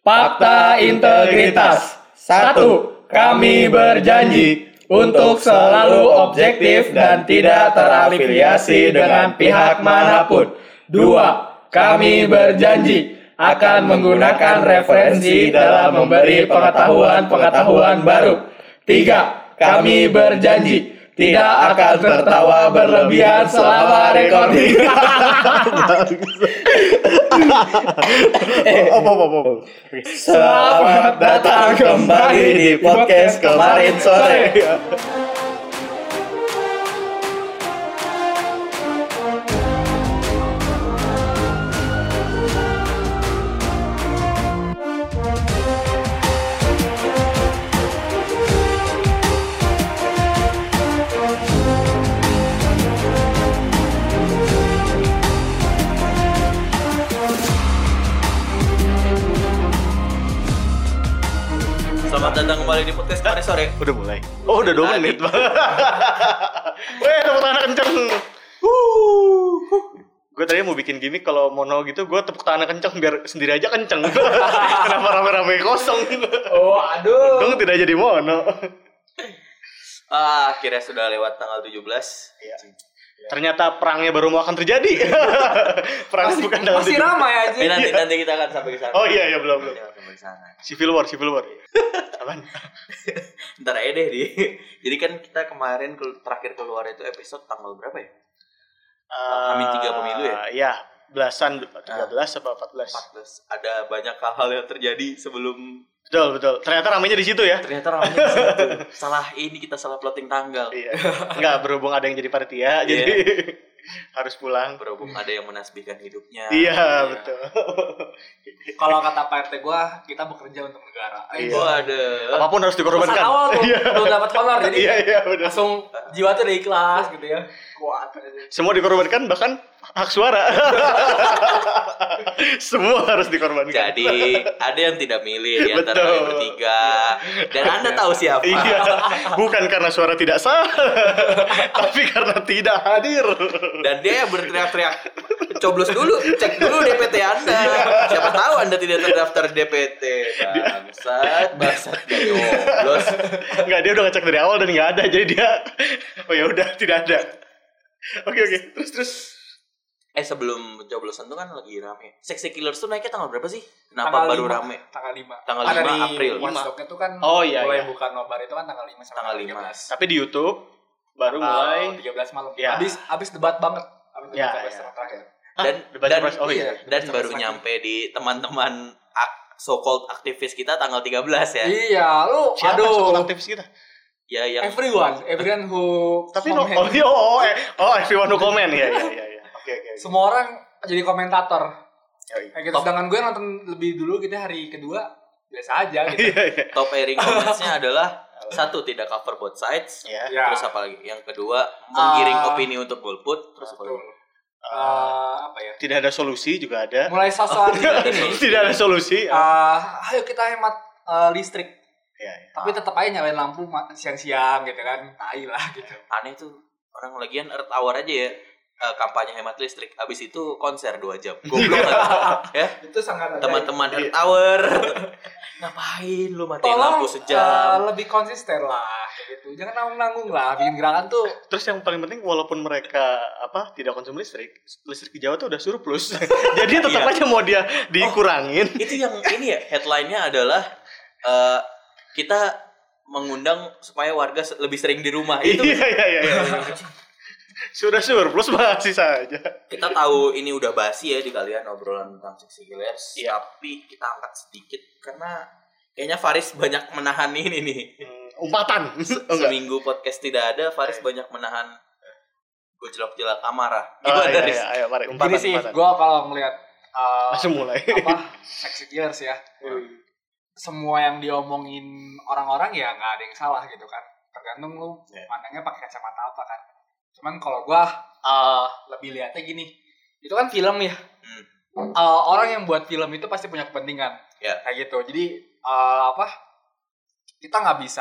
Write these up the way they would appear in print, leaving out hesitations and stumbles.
Fakta integritas. 1. Kami berjanji untuk selalu objektif dan tidak terafiliasi dengan pihak manapun. 2. Kami berjanji akan menggunakan referensi dalam memberi pengetahuan baru. 3. Kami berjanji tidak akan tertawa berlebihan selama recording. Selamat datang kembali di podcast kemarin sore. Selamat datang kembali di podcast kemarin sore. Udah mulai. Oh, udah 2 menit. Weh, tepuk tangan kenceng. Gue tadi mau bikin gimmick kalau mono gitu, gue tepuk tangan kenceng biar sendiri aja kenceng. Kenapa rame-rame kosong? Oh, aduh. Untung tidak jadi mono. Akhirnya sudah lewat tanggal 17. Iya. Ternyata perangnya baru mau akan terjadi. Perang bukan dalam masih ramai aja. Nanti kita akan sampai ke sana. Oh iya belum. Sampai ke sana. Civil War. Apaan? Ntar aja deh Jadi kan kita kemarin terakhir keluar itu episode tanggal berapa ya? Amin 3 pemilu ya? Iya, belasan 13 apa 14? 14. Ada banyak hal-hal yang terjadi sebelum. Betul. Ternyata ramainya di situ ya. Ternyata ramainya di situ. Kita salah plotting tanggal. Iya. Enggak berhubung ada yang jadi panitia, jadi harus pulang. Berhubung ada yang menasbihkan hidupnya. Iya, betul. Kalau kata Pak RT gua, kita bekerja untuk negara. Iya. Ada. Apapun harus dikorbankan. Pesan awal tuh, belum dapat honor, jadi Iya, benar. langsung jiwa tuh udah ikhlas gitu ya. Kuat. Semua dikorbankan, bahkan hak suara. Semua harus dikorbankan. Jadi ada yang tidak milih di antara Betul. kalian bertiga. Dan Anda tahu siapa? Iya, bukan karena suara tidak sah, tapi karena tidak hadir. Dan dia yang berteriak-teriak, coblos dulu, cek dulu DPT Anda. Siapa tahu Anda tidak terdaftar di DPT. Bangsat dia nyoblos. Enggak, dia udah ngecek dari awal dan nggak ada, jadi dia, oh ya udah tidak ada. Oke, terus. Sebelum pencoblosan tuh kan lagi rame. Sexy Killers tuh naiknya tanggal berapa sih? Kenapa Tanggal baru 5, rame? Tanggal 5. Tanggal 5 Dari April. Watchdog itu kan Oh, iya, mulai iya. buka nobar itu kan tanggal 5 sampai Tanggal 13. Tapi di YouTube baru mulai. 13 malam. Ya. Abis debat banget. Abis Ya, debat ya. terakhir. Oh iya. Dan baru nyampe di teman-teman so-called aktivis kita tanggal 13 ya. Iya, lu Siapa aduh. aktivis kita? Ya yang Everyone who Tapi comment. everyone who comment ya. Oke. Semua orang jadi komentator. Yoi. Kayak gitu. Sedangkan gue nonton lebih dulu gitu hari kedua biasa aja gitu. Iya. top airing comments-nya adalah 1 tidak cover both sides. Ya. Ya. Terus apa lagi? Yang kedua menggiring opini untuk golput. Terus apa Betul. lagi? Apa ya? Tidak ada solusi juga ada. Mulai sosokan ini. Tidak ada solusi. Ayo kita hemat listrik. Ya. Tapi tetap aja nyalain lampu siang-siang gitu kan. Tai lah gitu. Aneh tuh orang lagian Earth Hour aja ya. Kampanye hemat listrik. Habis itu konser 2 jam. Goblok kan? Ya. Itu sangat Teman-teman Earth Hour. Ngapain lu matiin lampu sejam? Lebih konsisten lah gitu. Jangan nanggung-nanggung lah bikin gerakan tuh. Terus yang paling penting walaupun mereka tidak konsumsi listrik di Jawa tuh udah surplus. Jadi tetap aja mau dia dikurangin. Itu yang ini ya, headline-nya adalah kita mengundang supaya warga lebih sering di rumah. Itu Iya. Sudah surplus masih saja. kita tahu ini udah basi ya di kalian obrolan tentang Sexy Killers. Iya. Tapi kita angkat sedikit karena kayaknya Faris banyak menahan ini nih. Umpatan. Seminggu podcast tidak ada, Faris banyak menahan gejolak-gejolak amarah. Oh, Gimana, Riz? iya, mari Gini umpatan. sih, gue kalau ngeliat Langsung mulai. Sexy Killers ya. Semua yang diomongin orang-orang ya nggak ada yang salah gitu kan. Tergantung lu pandangnya pakai kacamata apa kan. Cuman kalau gue lebih lihatnya gini, itu kan film ya. Orang yang buat film itu pasti punya kepentingan. Ya. Kayak gitu. Jadi kita nggak bisa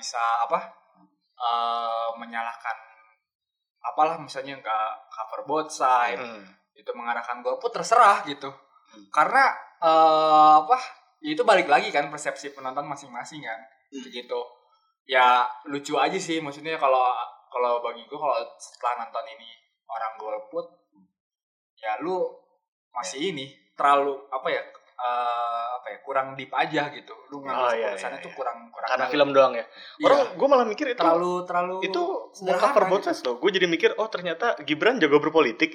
menyalahkan apalah misalnya nggak cover both side itu mengarahkan golput terserah gitu karena itu balik lagi kan persepsi penonton masing-masing kan. Begitu. Ya lucu aja sih, maksudnya kalau bagi gue kalau setelah nonton ini orang golput, ya lu masih ini terlalu kurang deep aja gitu. Lu ngambil keputusannya tuh kurang karena film doang ya. Orang gue malah mikir itu terlalu itu cover both sides loh. Gue jadi mikir ternyata Gibran jago berpolitik.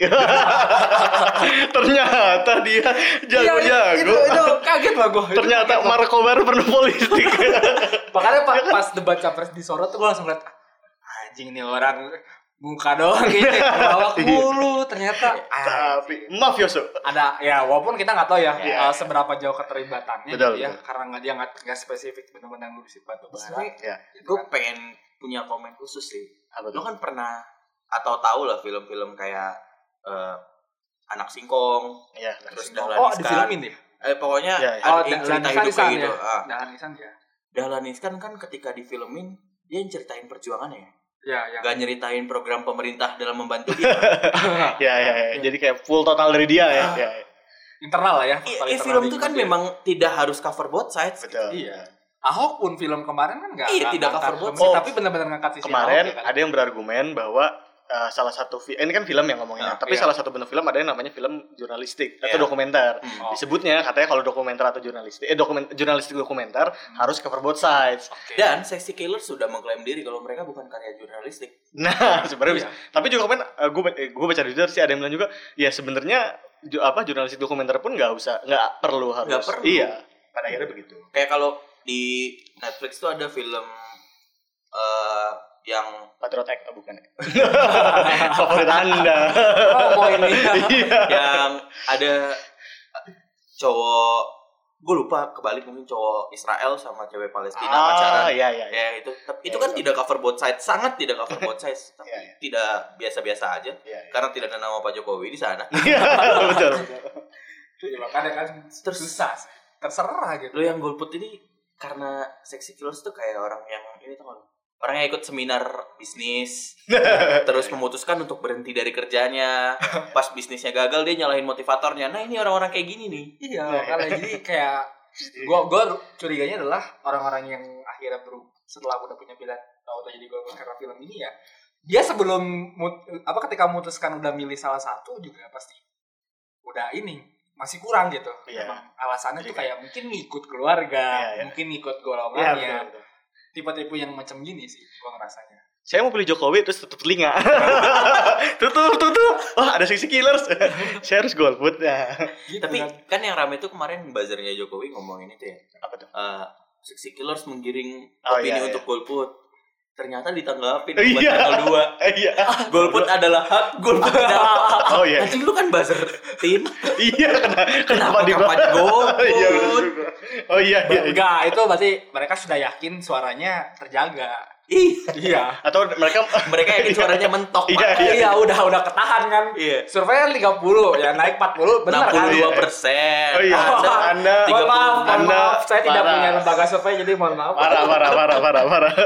Ternyata dia jago. Itu kaget lah gue. Ternyata Marco baru pernah politik. Makanya pas debat capres disorot tuh gue langsung liat anjing nih orang muka doang gitu, lawak mulu ternyata. Tapi mafioso. Ada ya, walaupun kita nggak tahu ya seberapa jauh keterlibatannya betul, gitu ya, karena dia nggak spesifik benar-benar nulis batu bara. Ya. Gue pengen punya komen khusus sih. Lo kan pernah atau tahu lah film-film kayak Anak Singkong, terus Dahlan Iskan. Difilmin deh. Pokoknya ada yang cerita hidup kayak gitu. Dahlan Iskan ya. Dahlan Iskan kan ketika difilmin dia ceritain perjuangannya. Ya. Gak nyeritain program pemerintah dalam membantu dia. ya. Jadi kayak full total dari dia ya. Internal lah ya. Film itu kan memang tidak harus cover both sides. Betul. Iya. Ahok pun film kemarin kan tidak cover both sides, tapi benar-benar ngangkat sisi kemarin Ahok, ya kan? ada yang berargumen bahwa salah satu ini kan film yang ngomongnya, tapi salah satu bentuk film ada yang namanya film jurnalistik atau dokumenter. Disebutnya katanya kalau dokumenter atau jurnalistik, jurnalistik dokumenter harus cover both sides. Dan Sexy Killers sudah mengklaim diri kalau mereka bukan karya jurnalistik. Nah, sebenarnya bisa. Tapi juga kan gue baca di Twitter sih ada yang bilang juga, ya sebenarnya jurnalistik dokumenter pun nggak perlu harus. Nggak perlu. Iya. Pada akhirnya begitu. Kayak kalau di Netflix tuh ada film yang Patriotek bukan favorit Anda. Ini yang ada cowok, gue lupa kebalik, mungkin cowok Israel sama cewek Palestina pacaran. Iya. Ya itu kan tidak cover both sides, sangat tidak cover both sides, tapi tidak biasa-biasa aja. Karena tidak ada nama Pak Jokowi di sana. Betul. Makanya kan susah, terserah gitu. Lo yang golput ini karena Sexy Killers tuh kayak orang yang ini teman. Orang yang ikut seminar bisnis, terus memutuskan untuk berhenti dari kerjanya. Pas bisnisnya gagal, dia nyalahin motivatornya. Nah, ini orang-orang kayak gini nih. Iya, makanya jadi kayak gue curiganya adalah orang-orang yang akhirnya setelah udah punya pilihan atau jadi golput karena film ini ya, dia sebelum ketika memutuskan udah milih salah satu juga pasti udah ini masih kurang gitu. Emang alasannya tuh kayak mungkin ngikut keluarga, mungkin ngikut golongannya. Tipe-tipe yang macam gini sih gua ngerasanya. Saya mau pilih Jokowi terus tutup telinga. tutup. Wah, ada Sexy Killers. Saya harus golput ya. Gitu, tapi kan yang rame itu kemarin buzzernya Jokowi ngomongin itu ya. Apa tuh? Sexy Killers menggiring opini untuk golput. Ternyata ditanggapin buat tanggal 2. Iya. Golput adalah hak, golput tidak hak. Oh iya. Anjing lu kan buzzer tim. Iya, kenapa golput? Iya benar juga. Oh iya. Enggak, itu berarti mereka sudah yakin suaranya terjaga. Iya. Atau mereka yakin suaranya mentok. Iya, udah ketahan kan. Iya. Survei kan 30, ya naik 40, benar kan? 62%. Oh iya. Anda mohon maaf, saya tidak punya lembaga survei jadi mohon maaf. Parah.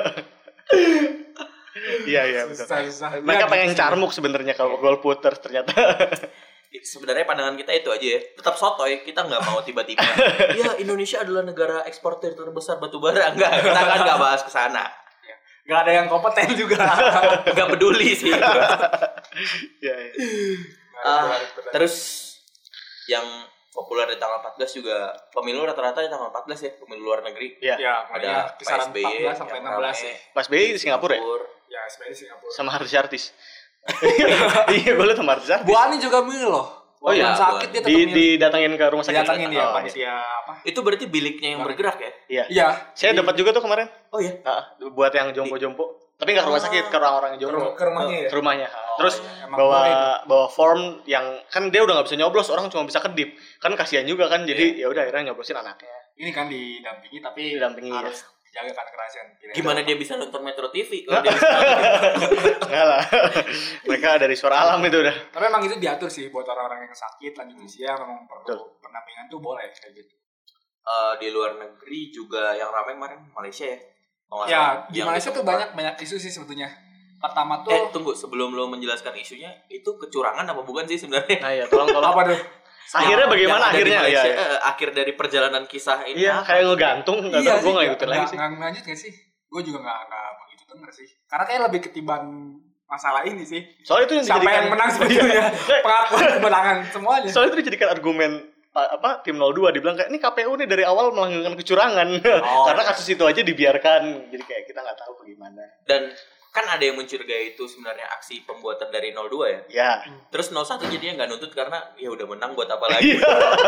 Iya betul. Susah. Mereka pengen carmuk sebenarnya kalau golputers ternyata. Sebenarnya pandangan kita itu aja ya. Tetap sotoy, kita nggak mau tiba-tiba. Ya Indonesia adalah negara eksportir terbesar batu bara. Enggak, kita kan nggak bahas ke sana. Nggak ada yang kompeten juga. Nggak peduli sih. Iya. Terus yang populer di tanggal 14 juga pemilu rata-rata di tanggal 14 ya, pemilu luar negeri. Iya, ada kisaran PSBY 14 sampai 16 ya. Pas BI di Singapura ya? Ya, SBY di Singapura. Sama artis. Iya, gue liat sama artis. Bu Ani juga milih loh. Oh iya, sakit dia tetap milih. Didatangin ke rumah sakit. Didatangin dia panitia apa? Itu berarti biliknya yang bergerak ya? Iya. Saya dapat juga tuh kemarin. Oh iya. Buat yang jompo-jompo. Tapi nggak ke rumah sakit, ke orang-orang yang jompo. Ke rumahnya ya? Ke rumahnya. Terus bawa form yang kan dia udah nggak bisa nyoblos, orang cuma bisa kedip. Kan kasihan juga kan, jadi ya udah akhirnya nyoblosin anaknya. Ini kan didampingi tapi harus jaga kan kerahasiaan. Gimana dia bisa nonton Metro TV kalau dia bisa Enggak lah. Mereka dari suara alam itu udah. Tapi memang itu diatur sih buat orang-orang yang sakit lanjut usia, memang perlu pendampingan tuh boleh kayak gitu. Di luar negeri juga yang ramai kemarin Malaysia ya. Ya, di Malaysia tuh banyak isu sih sebetulnya. Pertama tuh tunggu sebelum lo menjelaskan isunya, itu kecurangan apa bukan sih sebenarnya? Nah ya, tolong apa tuh? Akhirnya bagaimana akhirnya? Malaysia, akhir dari perjalanan kisah ini. Iya, kayak ngegantung, enggak tahu gue enggak ikutin lagi sih. Enggak lanjut enggak sih? Gue juga enggak begitu denger sih. Karena kayak lebih ketiban masalah ini sih. Soalnya itu yang siapa dijadikan yang menang sebetulnya. Pengakuan kemenangan semuanya. Soalnya itu dijadikan argumen tim 02 dibilang kayak ini KPU nih dari awal melakukan kecurangan. Karena kasus itu aja dibiarkan. Jadi kayak kita enggak tahu bagaimana. Dan kan ada yang mencurigai itu sebenarnya aksi pembuatan dari 02 ya. Ya. Terus 01 jadinya nggak nuntut karena ya udah menang buat apa lagi.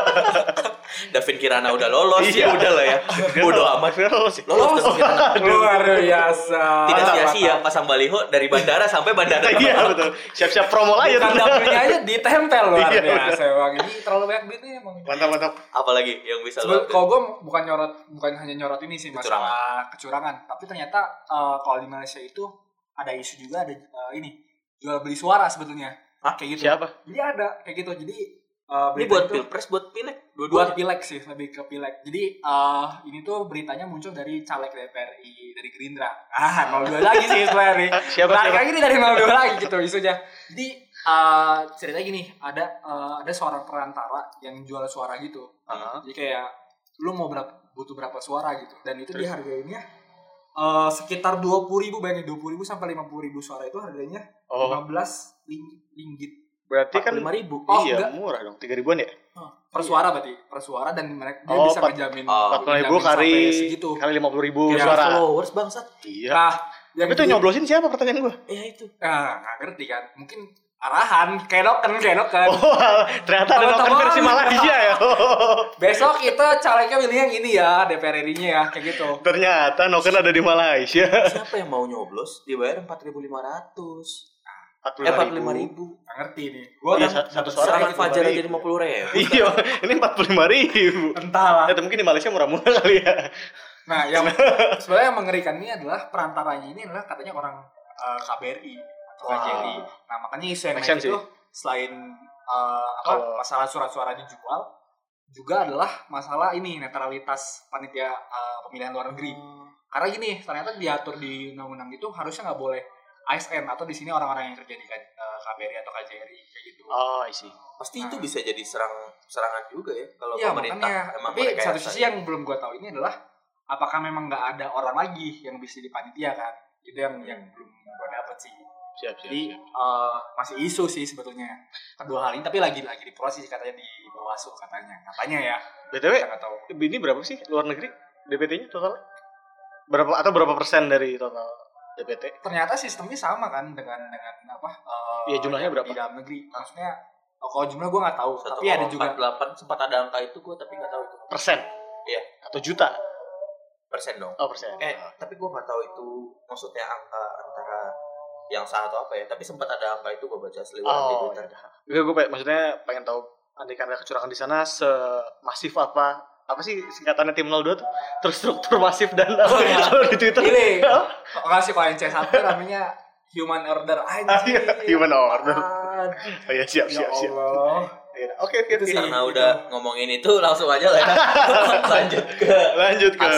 Davin Kirana udah lolos ya udah lah ya. Bodoh amat lolos Davin Kirana. Luar biasa. Tidak sia-sia pasang baliho dari bandara sampai bandara. Iya betul. Siap-siap promo lah ya. Davinnya aja ditempel luar biasa. Emang ini terlalu banyak duitnya emang. Mantap. Apalagi yang bisa lo. Kalau gue bukan hanya nyorot ini sih masalah kecurangan, tapi ternyata kalau di Malaysia itu ada isu juga ada ini jual beli suara sebetulnya. Hah? Kayak gitu. Siapa? Jadi ada kayak gitu. Jadi ini buat pilpres, buat pileg, buat pileg sih, lebih ke pileg. Jadi ini tuh beritanya muncul dari caleg DPRI dari Gerindra. 02 lagi sih sebenarnya. Siapa? Kayak gini dari 02 lagi gitu isunya. Jadi ceritanya gini, ada seorang perantara yang jual suara gitu. Jadi kayak lu mau butuh berapa suara gitu, dan itu dihargainya sekitar 20.000, bayangin 20.000 sampai 50.000 suara itu harganya 15 ringgit. Berarti kan 5.000. Iya, enggak murah dong. 3.000-an ya? Per suara berarti, per suara, dan mereka dia bisa menjamin 40.000 kali segitu. Kali 50.000 suara. Followers bangsat. Iya. Nah, yang itu nyoblosin siapa pertanyaan gue? Ya itu. Nggak ngerti kan. Mungkin arahan kayak noken. Ternyata ada noken versi Malaysia ya. Besok itu calegnya milih yang ini ya, DPR RI-nya ya, kayak gitu. Ternyata noken ada di Malaysia. Siapa yang mau nyoblos dibayar 4.500. 45.000. Nggak ngerti nih. Gua satu suara serangan fajar jadi 50.000. Iya, ini 45.000. Entahlah. Ya mungkin di Malaysia murah-murah kali ya. Nah, yang sebenarnya yang mengerikan ini adalah perantaranya ini adalah katanya orang KBRI atau KJRI. Nah, makanya isu yang naik itu selain masalah surat-suara dijual, juga adalah masalah ini netralitas panitia pemilihan luar negeri. Karena gini, ternyata diatur di undang-undang itu harusnya nggak boleh ASN atau di sini orang-orang yang kerja di KBRI atau KJRI kayak gitu. Oh, I see. Pasti itu bisa jadi serangan juga ya kalau pemerintah. Makanya, emang tapi satu sisi yang belum gue tahu ini adalah apakah memang nggak ada orang lagi yang bisa di panitia kan? Itu yang belum gue dapat sih. Siap. Jadi masih isu sih sebetulnya kedua hal ini, tapi lagi diproses katanya di Bawaslu katanya ya. BTW, ini berapa sih luar negeri DPT-nya total? Berapa persen dari total DPT? Ternyata sistemnya sama kan dengan apa? Iya, jumlahnya berapa di dalam negeri? Maksudnya kalau jumlah gue nggak tahu, tapi ada juga 48 sempat ada angka itu gue tapi nggak tahu itu. Persen? Iya. Atau juta? Persen dong. Oh, persen. Tapi gue nggak tahu itu maksudnya angka antara yang sah atau apa ya, tapi sempat ada angka itu gue baca seliweran di Twitter. Gue maksudnya pengen tahu andai ada kecurangan di sana semasif apa sih singkatannya tim 02 tuh, terstruktur masif dan kalau di Twitter ini kasih kalau C1 namanya human order human order. Oh ya, siap. Oke. Karena udah ngomongin itu langsung aja lah ya. lanjut ke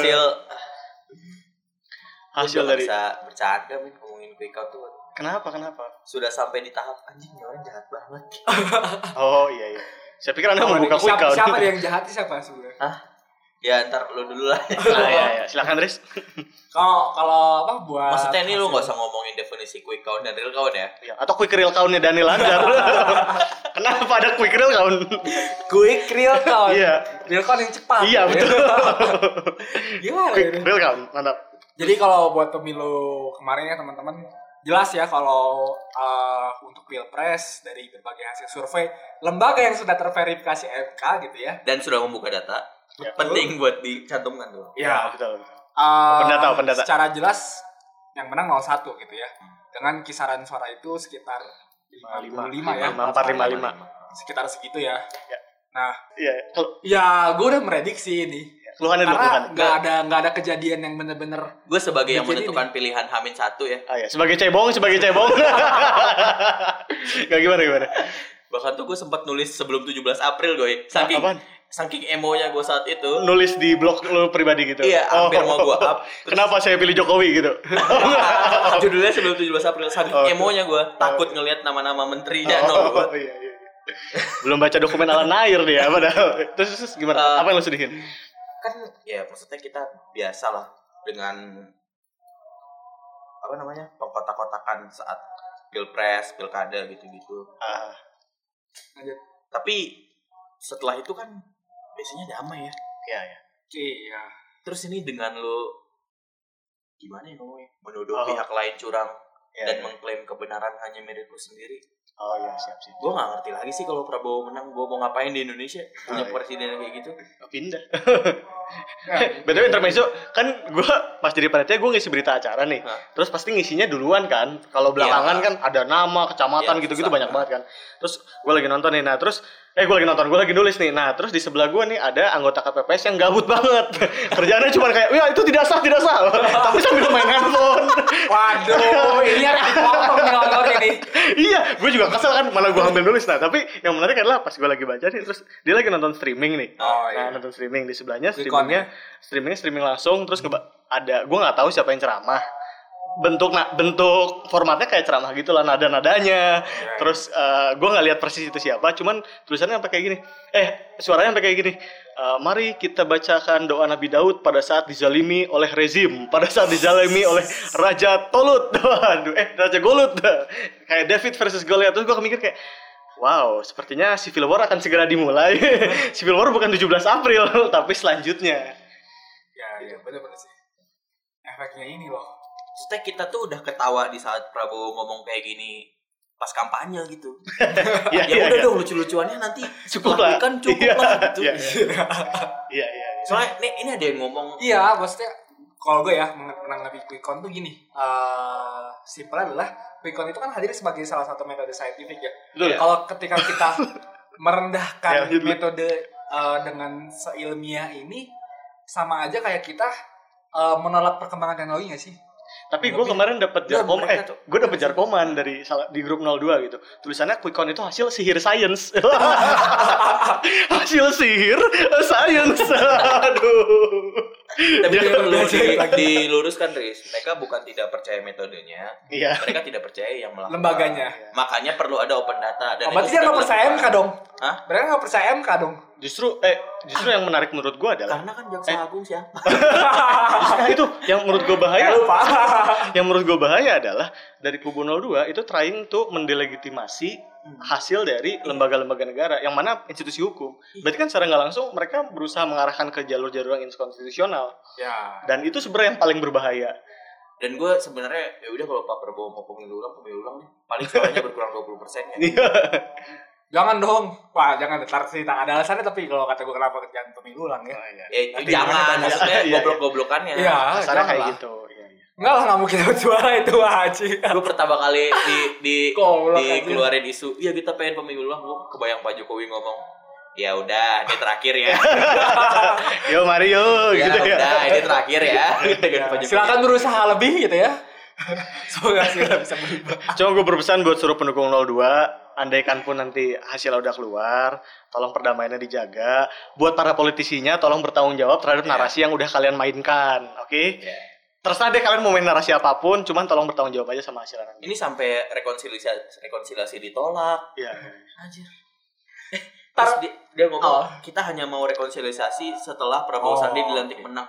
hasil dari bisa bercanda ngomongin quick count tuh. Kenapa? Sudah sampai di tahap anjing orang jahat banget. Oh iya. Saya pikir Anda membuka quick count. Siapa yang jahat siapa sebenarnya? Ya ntar lu dulu lah. Iya. Silakan Riz. Kalau apa buat maksudnya ini lu nggak usah ngomongin definisi quick count dan real count ya? Atau quick real count-nya Daniel Anjar. Kenapa ada quick real count? Quick real count. Iya. Real count yang cepat. Iya betul. Gimana quick real count, mantap. Jadi kalau buat pemilu kemarin ya teman-teman, jelas ya kalau untuk pilpres dari berbagai hasil survei lembaga yang sudah terverifikasi MK gitu ya, dan sudah membuka data penting buat dicantumkan tuh. Ya betul. Pendata. Secara jelas yang menang 01 gitu ya, dengan kisaran suara itu sekitar 55 ya, 5455 sekitar segitu ya. Nah, ya gue udah mediksi ini. Keluhannya dulu. Karena nggak ada kejadian yang bener-bener. Gue sebagai yang menentukan pilihan H-1 ya. Ya. Sebagai cebong. Gak gimana? Bahkan tuh gue sempat nulis sebelum 17 April gue. Saking emonya gue saat itu. Nulis di blog lu pribadi gitu. Iya, hampir mau gue up. Kenapa saya pilih Jokowi gitu? Judulnya sebelum 17 April. Saking emonya gue takut ngelihat nama-nama menterinya. Iya. Belum baca dokumen Alan Nair dia padahal. Terus gimana? Apa yang lu sedihin? Kan ya maksudnya kita biasa lah dengan apa namanya pengkotak-kotakan saat pilpres, pilkada gitu-gitu. Tapi setelah itu kan biasanya damai ya. Iya. Terus ini dengan lo gimana ya ngomongnya? Menuduh pihak lain curang dan mengklaim kebenaran hanya milik lo sendiri. Oh iya, siap. Gue gak ngerti lagi sih kalau Prabowo menang, gue mau ngapain di Indonesia punya presiden kayak gitu. Pindah. Betul intermezzo kan gue pas jadi panitia gue ngisi berita acara nih. Terus pasti ngisinya duluan kan. Kalau belakangan kan ada nama, kecamatan gitu-gitu banyak banget kan. Terus gue lagi nonton nih. Nah, terus gue lagi nulis nih. Nah, terus di sebelah gue nih ada anggota KPPS yang gabut banget. Kerjaannya cuma kayak, "Ya, itu tidak sah." Tapi sambil main handphone. Waduh, ini akan dipotong nih nonton ini. Iya, gue juga kesel kan, malah gue ambil nulis. Nah, tapi yang menarik adalah pas gue lagi baca nih, terus dia lagi nonton streaming nih. Nah, nonton streaming di sebelahnya streaming langsung, terus ada gue nggak tahu siapa yang ceramah. Bentuk formatnya kayak ceramah gitu lah, nada-nadanya. Terus gue nggak lihat persis itu siapa, cuman tulisannya sampai kayak gini. Suaranya sampai kayak gini. Mari kita bacakan doa Nabi Daud pada saat dizalimi oleh rezim, pada saat dizalimi oleh Raja Tolut. Raja Golut. Kayak David versus Goliath. Terus gue mikir kayak, wow, sepertinya Civil War akan segera dimulai. Civil War bukan 17 April, tapi selanjutnya. Ya, benar-benar sih. Efeknya ini loh. Maksudnya kita tuh udah ketawa di saat Prabowo ngomong kayak gini pas kampanye gitu. Udah dong lucu-lucuannya nanti cukup lah gitu. Iya. Soalnya ini ada yang ngomong. Iya, maksudnya kalau gue ya menanggapi quick count tuh gini. Simpelnya adalah quick count itu kan hadir sebagai salah satu metode saintifik ya. Kalau ketika kita merendahkan metode dengan seilmiah ini, sama aja kayak kita menolak perkembangan teknologi nggak sih? Tapi gue kemarin dapat jarkoman di grup 02 gitu. Tulisannya quick count itu hasil sihir science. Hasil sihir science. Aduh. Tapi perlu diluruskan, Riz. Mereka bukan tidak percaya metodenya. Iya. Mereka tidak percaya yang melakukan lembaganya. Makanya perlu ada open data. Dan berarti dia nggak percaya MK dong? Hah? Mereka nggak percaya MK dong? Justru yang menarik menurut gue adalah karena kan jaksa agung siapa? Itu yang menurut gue bahaya. Yang menurut gue bahaya adalah dari kubu 02 itu trying to mendelegitimasi hasil dari lembaga-lembaga negara yang mana institusi hukum. Berarti kan secara nggak langsung mereka berusaha mengarahkan ke jalur-jalur yang inkonstitusional. Ya. Dan itu sebenarnya yang paling berbahaya. Dan gue sebenarnya ya udah kalau Pak Prabowo mau pemilu ulang nih, paling suaranya berkurang 20% ya. Jangan dong. Wah, jangan detar sih. Tak ada alasannya, tapi kalau kata gue kenapa jangan pemilu ulang ya. Jangan, maksudnya goblok-goblokannya. Iya, kasarnya kayak gitu. Enggak lah, nggak mungkin dapat suara itu aja. Gue pertama kali dikeluarin isu, iya kita pengen pemilu ulang. Gue kebayang Pak Jokowi ngomong, ya udah ini terakhir ya. Yo Mario gitu ya. Udah ini terakhir ya. Silakan berusaha lebih gitu ya. Semoga bisa berubah. Cuma gue berpesan buat seluruh pendukung 02, andaikan pun nanti hasil udah keluar, tolong perdamaiannya dijaga. Buat para politisinya, tolong bertanggung jawab terhadap narasi yang udah kalian mainkan, oke? Terserah deh kalian mau main narasi apapun, cuman tolong bertanggung jawab aja sama hasil nanti. Ini sampai rekonsiliasi ditolak. Iya. Anjir. Terus dia ngomong, kita hanya mau rekonsiliasi setelah Prabowo Sandi dilantik menang.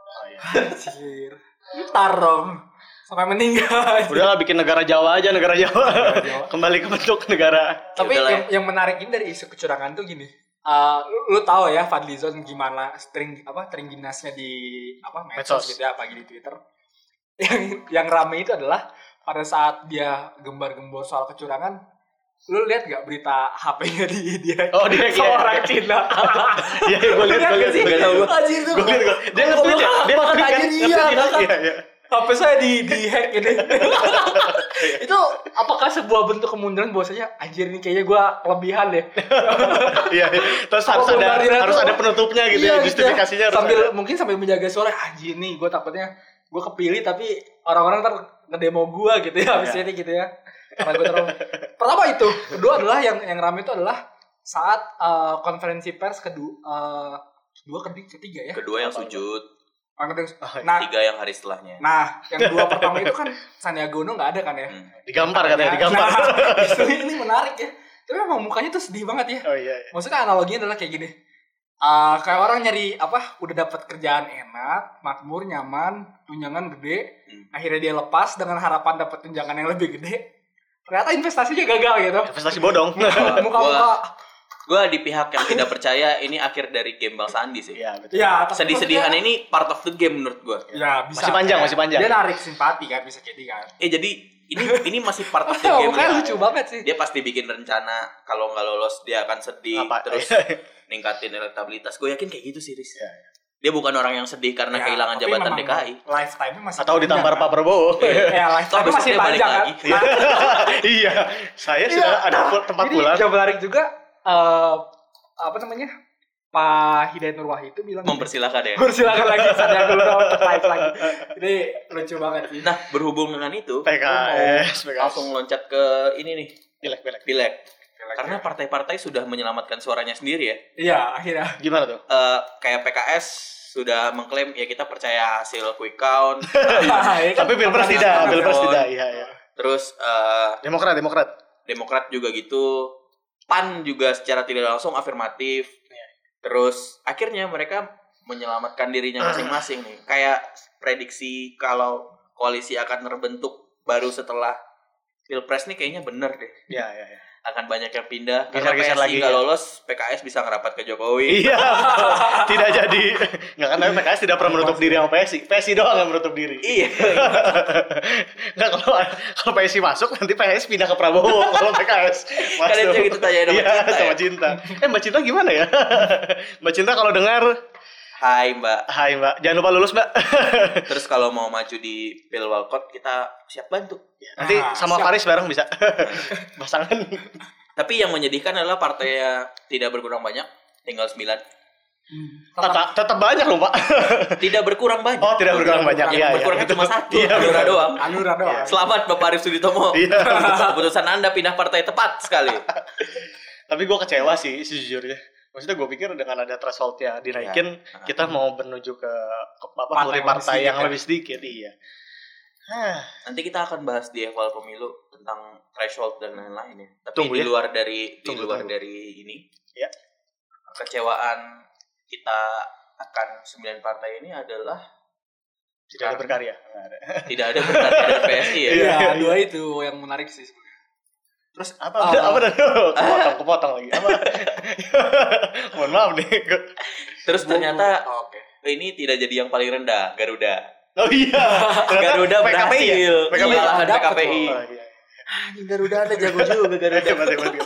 Anjir. Tarong sampai meninggal. Udahlah bikin negara Jawa aja, negara Jawa. Kembali ke bentuk negara. Tapi yang menarik ini dari isu kecurangan tuh gini. Lu tahu ya Fadlizon gimana string ginasnya di medsos gitu ya, apalagi di Twitter. Yang rame itu adalah pada saat dia gembar-gembor soal kecurangan. Lu lihat gak berita HP-nya dia? Oh, dia orang Cina. Iya, gue lihat. Anjir tuh. Dia nge-tweet ya? Dia nge-tweet kan? Iya. HP saya di hack gitu. Itu apakah sebuah bentuk kemunduran bahwasanya anjir nih kayaknya gue kelebihan deh. Iya. Terus harus ada penutupnya gitu ya, justifikasinya harus sambil menjaga suara, anjir nih gue takutnya gue kepilih tapi orang-orang ntar ngedemo gue gitu ya habis ini gitu ya. Karena gue terlalu pertama itu, kedua adalah yang rame itu adalah saat konferensi pers ketiga ya. Kedua yang sujud. Nah, tiga yang hari setelahnya. Nah, yang dua pertama itu kan Sandiaga Uno nggak ada kan ya? Digampar katanya, digampar. Nah, ini menarik ya. Tapi memang mukanya tuh sedih banget ya. Oh iya. Maksudnya analoginya adalah kayak gini. Kayak orang nyari udah dapat kerjaan enak, makmur, nyaman, tunjangan gede, akhirnya dia lepas dengan harapan dapat tunjangan yang lebih gede. Ternyata investasinya gagal gitu. Investasi bodong. Muka-muka. Gue di pihak yang tidak percaya ini akhir dari game Bang Sandi sih. Iya, betul. Ya, sedih-sedihan ini part of the game menurut gue. Ya, bisa. Masih panjang. Dia narik simpati kan, bisa jadi kan. Jadi ini masih part of the game. Kan lucu banget sih. Dia pasti bikin rencana kalau nggak lolos dia akan sedih terus ningkatin elektabilitas. Gue yakin kayak gitu sih, Riz. Ya. Dia bukan orang yang sedih karena kehilangan jabatan DKI. Lifetime-nya masih atau ditampar Pak Prabowo. Ya, lifetime masih panjang kan. Iya. Saya sudah ada tempat pulang. Jadi menarik juga apa namanya? Pak Hidayat Nur Wahid itu bilang mempersilahkan ya. Mempersilahkan lagi sadar dulu dong live lagi. Ini lucu banget sih. Nah, berhubung dengan itu, PKS. langsung loncat ke ini nih. Pileg. Karena partai-partai sudah menyelamatkan suaranya sendiri ya. Iya, akhirnya. Gimana tuh? Kayak PKS sudah mengklaim ya kita percaya hasil quick count. Tapi Pilpres tidak. Iya. Terus Demokrat juga gitu. PAN juga secara tidak langsung afirmatif. Terus akhirnya mereka menyelamatkan dirinya masing-masing nih. Kayak prediksi kalau koalisi akan terbentuk baru setelah Pilpres nih kayaknya bener deh. Iya. Akan banyak yang pindah. Geser Karena lagi PSI nggak lolos, PKS bisa ngerapat ke Jokowi. Iya, tidak jadi. Nggak kan, PKS tidak pernah menutup diri sama PSI. PSI doang yang menutup diri. Iya. Nggak, kalau PSI masuk, nanti PSI pindah ke Prabowo. Kalau PKS masuk. Kalian yang itu tanya sama Cinta. Mbak Cinta gimana ya? Mbak Cinta kalau dengar, Hai Mbak, jangan lupa lulus Mbak. Terus kalau mau maju di Pilwalkot kita siap bantu. Nanti sama Faris bareng bisa. Pasangan. Tapi yang menyedihkan adalah partai yang tidak berkurang banyak, tinggal 9. Tetap banyak loh Pak. Tidak berkurang banyak. Oh, tidak berkurang banyak. Yang berkurang cuma 1, Hanura doang. Selamat Bapak Arif Suditomo. Keputusan Anda pindah partai tepat sekali. Tapi gue kecewa sih sejujurnya. Maksudnya gue pikir dengan ada thresholdnya dinaikin, kita mau menuju ke partai yang lebih sedikit. Iya. Nanti kita akan bahas di eval pemilu tentang threshold dan lain-lain ya. Tapi Tunggu, di luar dari ini, ya. Kekecewaan kita akan 9 partai ini adalah tidak ada berkarya. Tidak ada berkarya dari PSI ya. Iya, dua itu yang menarik sih sebenarnya. Terus apa kepotong lagi. Mohon maaf nih. Terus ternyata ini tidak jadi yang paling rendah, Garuda. Oh iya. Garuda berhasil. PKPI. Garuda ada jago juga Garuda.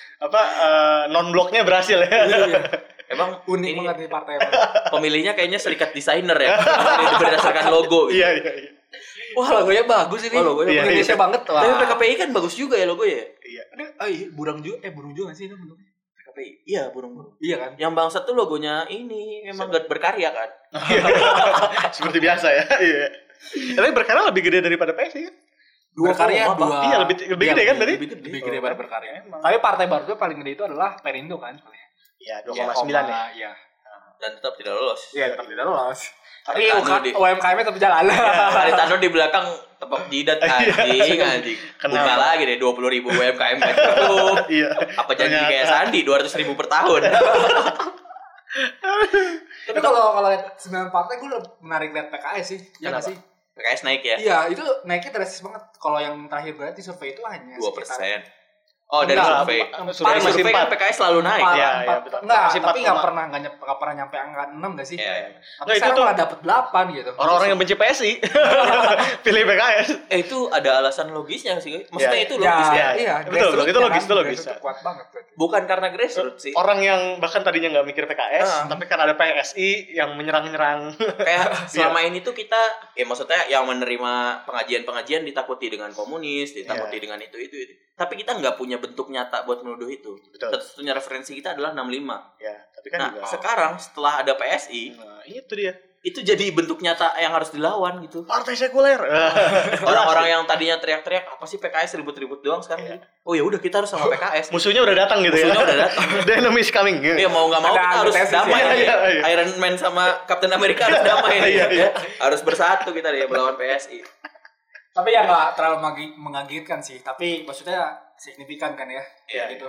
Non bloknya berhasil ya. Emang unik banget nih partai. Pemilihnya kayaknya serikat desainer ya. Berdasarkan logo. Iya. Wah, logonya bagus ini. Logonya Indonesia banget. Tapi PKPI kan bagus juga ya logonya. Iya. Burung juga sih itu bentuknya. PKPI. Iya, burung. Iya kan? Yang bangsat tuh logonya ini memang berkarya kan. Seperti biasa ya. Iya. Tapi berkarya lebih gede daripada PSI kan? Iya, lebih gede kan tadi? Lebih gede daripada berkarya. Tapi partai baru tuh paling gede itu adalah Perindo kan sebenarnya. Iya, 2,9 ya. Iya. Dan tetap tidak lolos. Iya, tetap tidak lolos. Tapi UMKM-nya tetap jalan. Haritano di belakang tepok jidat anjing. Buka lagi deh 20.000 UMKM gak cukup. Iya. Apa janji kayak Sandi 200.000 per tahun. Tapi kalau lihat 9 partai gue menarik lihat PKS sih. Ya enggak sih? PKS naik ya? Iya, itu naiknya drastis banget. Kalau yang terakhir berarti survei itu hanya 2%. Oh, dari survei. Survei kan PKS selalu naik. Iya, betul. Enggak, tapi enggak pernah nyampe angka 6 enggak sih? Iya. Tapi sekarang malah dapat 8 gitu. Orang-orang yang benci PSI pilih PKS. Itu ada alasan logisnya sih. Maksudnya itu logis ya. Iya, betul. Itu logis. Itu kuat banget. Bukan karena grassroots sih. Orang yang bahkan tadinya enggak mikir PKS, tapi kan ada PSI yang menyerang-nyerang. Kayak selama ini tuh kita maksudnya yang menerima pengajian-pengajian ditakuti dengan komunis, ditakuti dengan itu. Tapi kita nggak punya bentuk nyata buat menuduh itu. Satu-satunya referensi kita adalah 65. Ya, tapi kan juga. Sekarang setelah ada PSI, itu dia. Itu jadi bentuk nyata yang harus dilawan gitu. Partai sekuler. Orang-orang yang tadinya teriak-teriak apa sih PKS ribut-ribut doang sekarang. Oh ya udah kita harus sama PKS. Musuhnya udah datang gitu ya. Musuhnya udah datang. The enemy is coming. Iya mau nggak mau kita harus damai. Iron Man sama Captain America harus damai. Harus bersatu kita deh melawan PSI. Tapi ya nggak terlalu mengagetkan sih. Tapi maksudnya signifikan kan ya. Iya gitu.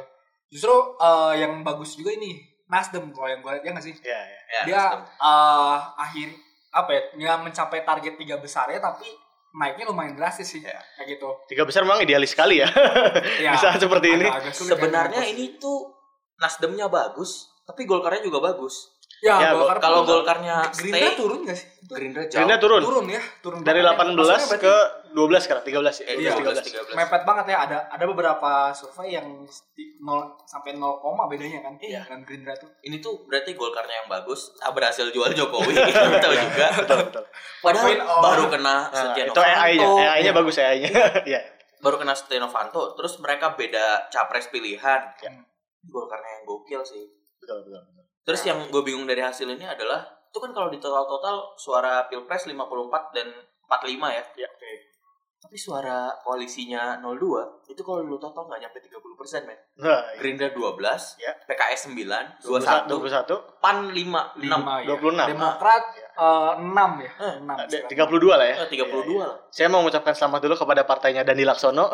Justru yang bagus juga ini Nasdem kalau yang gue lihat ya nggak sih? Iya. Dia akhir apa ya? Nggak mencapai target 3 besarnya tapi naiknya lumayan drastis sih kayak gitu. 3 besar memang idealis sekali ya. Bisa seperti ini. Sebenarnya ini tuh Nasdemnya bagus, tapi Golkarnya juga bagus. Ya, kalau Golkarnya Gerindra turun nggak sih? Gerindra turun. Turun dari 18 ke 12 sekarang 13 ya. Iya, 13. Mepet banget ya. Ada beberapa survei yang 0 sampai 0, bedanya kan dengan Gerindra tuh. Ini tuh berarti Golkarnya yang bagus, berhasil jual Jokowi kita tahu juga. Betul. Padahal baru kena Setia Novanto. AI-nya bagus AI-nya. Iya. Baru kena Setia Novanto, terus mereka beda capres pilihan. Golkarnya yang gokil sih. Betul. Terus yang gue bingung dari hasil ini adalah itu kan kalau di total suara Pilpres 54 dan 45 ya. Iya. Tapi suara koalisinya 02 itu kalau lu total nggak nyampe 30%, men. Nah, Gerindra 12, PKS 9, 21, PAN 5, 26. Demokrat 6 ya. 32 lah ya. 32 lah. Saya mau mengucapkan selamat dulu kepada partainya Dandi Laksono.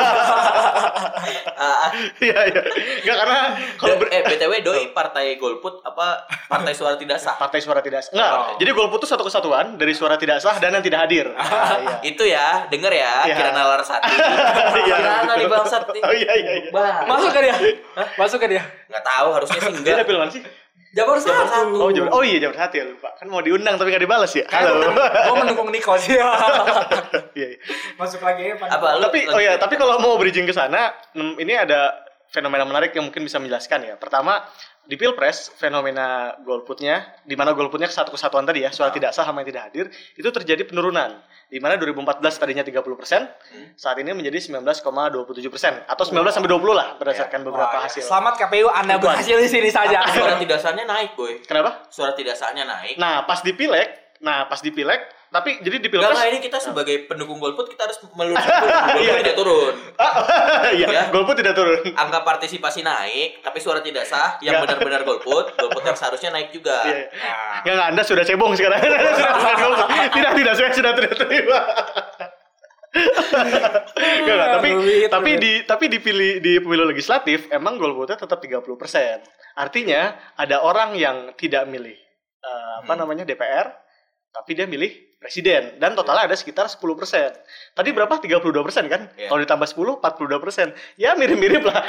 Iya. Enggak karena kalau BTW doi partai golput apa partai suara tidak sah? Partai suara tidak sah. Enggak. Jadi golput itu satu kesatuan dari suara tidak sah dan yang tidak hadir. Iya. Itu ya, denger ya, Kirana Larasati. Kirana di Bangsat. Oh iya. Masuk kan dia? Masuk kan dia? Enggak tahu, harusnya sih Dia enggak. dapil mana sih? Jabar 1. Oh iya Jabar 1 ya, lupa. Kan mau diundang tapi enggak dibalas ya. Halo. Gua mendukung Niko sih. Iya. Masuk lagi ya, Pak. Tapi kalau mau bridging ke sana, ini ada fenomena menarik yang mungkin bisa menjelaskan ya. Pertama, di Pilpres fenomena golputnya, di mana golputnya satu kesatuan tadi ya, suara tidak sah sama yang tidak hadir, itu terjadi penurunan. Di mana 2014 tadinya 30%, saat ini menjadi 19,27% atau 19 sampai 20 lah berdasarkan beberapa hasil. Selamat KPU, Anda berhasil di sini saja. Suara tidak sahnya naik, boy. Kenapa? Suara tidak sahnya naik. Nah, pas di pileg, tapi jadi di Pilpres ini kita sebagai pendukung golput kita harus meluruskan golput tidak turun. Iya, golput tidak turun. Angka partisipasi naik, tapi suara tidak sah yang benar-benar golput yang seharusnya naik juga. Enggak, Anda sudah cebong sekarang. Tidak, saya sudah tidak terima. Tapi di pemilu legislatif emang golputnya tetap 30%. Artinya ada orang yang tidak milih DPR, tapi dia milih presiden dan totalnya ada sekitar 10%. Tadi berapa? 32% kan? Kalau ditambah 10, 42%. Ya mirip-mirip lah.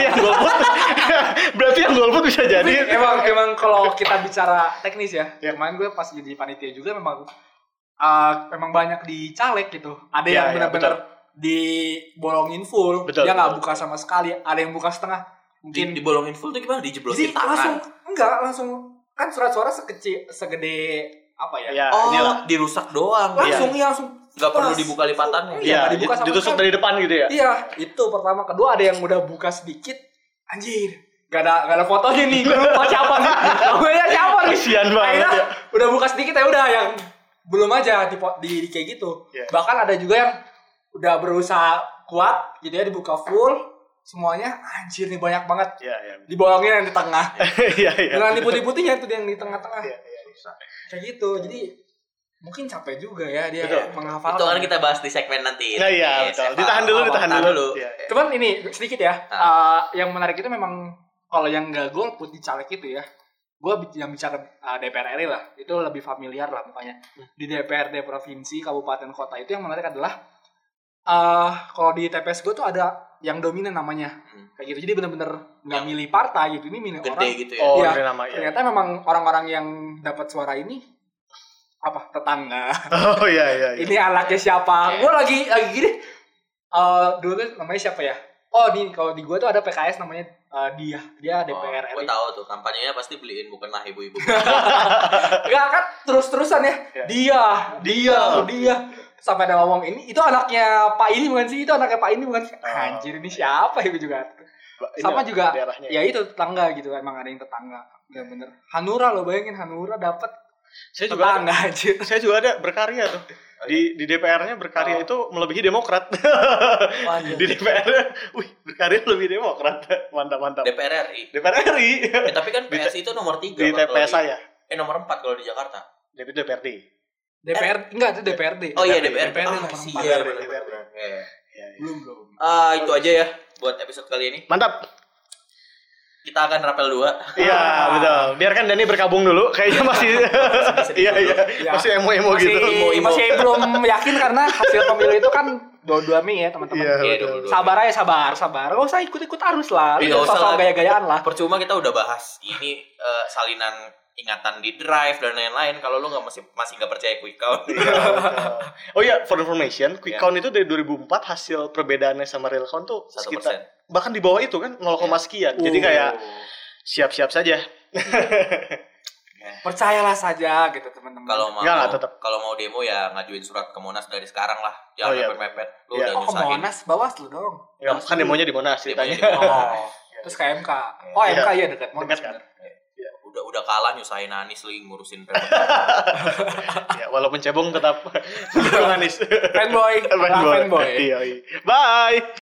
Berarti yang golput bisa jadi. Emang kalau kita bicara teknis ya. Kemarin gue pas jadi panitia juga memang banyak di caleg gitu. Ada yang benar-benar dibolongin full. Dia nggak buka sama sekali. Ada yang buka setengah. Mungkin dibolongin full tuh gimana? Dijeblosin tangan. Langsung kan surat-suara segede apa ya? Dirusak doang. Langsung nggak perlu dibuka lipatannya. Iya, ditusuk dari depan gitu ya. Iya, itu pertama. Kedua ada yang udah buka sedikit. Anjir, gak ada fotonya nih. Gue lupa siapa nih. Namanya siapa nih? Kasian banget ya. Udah buka sedikit ya udah, yang belum aja di kayak gitu. Bahkan ada juga yang udah berusaha kuat gitu ya, dibuka full semuanya. Anjir nih banyak banget. Dibolongin yang di tengah. Dengan putih-putihnya tuh yang di tengah-tengah. Kayak gitu. Jadi mungkin capek juga ya dia menghafalkan. Itu kan kita bahas di segmen nanti. Iya, betul. Ditahan dulu. Cuman ini sedikit ya. Yang menarik itu memang kalau yang enggak golput di caleg itu ya. Gue yang bicara DPR RI lah. Itu lebih familiar lah mukanya. Di DPRD provinsi, kabupaten, kota itu yang menarik adalah kalau di TPS gue tuh ada yang dominan namanya. Kayak gitu. Jadi benar-benar enggak milih partai gitu. Ini milih gede orang. Gitu ya. Ternyata memang orang-orang yang dapat suara ini tetangga. Oh iya. Ini anaknya siapa? Gue lagi gini. Dulu tuh namanya siapa ya? Oh, kalau di gue tuh ada PKS namanya dia DPR RI. Gue tahu tuh kampanyenya pasti beliin bukanlah ibu-ibu. Enggak kan terus-terusan ya. Dia. Sampai ada ngomong ini itu anaknya Pak ini bukan sih? Itu anaknya Pak ini bukan sih? Anjir ini siapa ya juga. Sama juga ya itu tetangga gitu, emang ada yang tetangga. Bener-bener. Hanura lo bayangin Hanura dapat Saya juga ada berkarya tuh. Di DPR-nya berkarya itu melebihi Demokrat. Di DPR, berkarya lebih Demokrat. Mantap. DPR RI. Tapi kan PSI itu nomor 3 di TPS saya. Nomor 4 kalau di Jakarta. DPRD. Enggak, itu DPRD. Oh iya, DPRD nomor 4. Belum. Itu aja ya buat episode kali ini. Mantap. Kita akan rapel 2. Iya, betul. Biarkan Dani berkabung dulu. Kayaknya masih iya. Masih emo-emo gitu. Masih belum yakin karena hasil pemilu itu kan 22 Mei ya, teman-teman. Iya, sabar aja, sabar. Enggak usah ikut-ikut arus lah. Enggak usah gaya-gayaan lah. Percuma kita udah bahas ini salinan ingatan di drive dan lain-lain. Kalau lu masih nggak percaya quick count. Oh iya, for information, quick count itu dari 2004 hasil perbedaannya sama real count tuh 1%. sekitar bahkan di bawah itu kan 0, sekian. Jadi kayak siap-siap saja. Percayalah saja gitu teman-teman. Kalau mau demo ya ngajuin surat ke Monas dari sekarang lah. Jangan mepet-mepet. Lu udah nyusahin. Monas, Bawaslu dong. Ya, kan demonya di Monas ceritanya. Terus ke MK. Oh, MK ya dekat Monas kan. Udah kalah nyusahin Anies lagi ngurusin ya, walaupun cebong tetap Anies. Fanboy. Iya. Bye.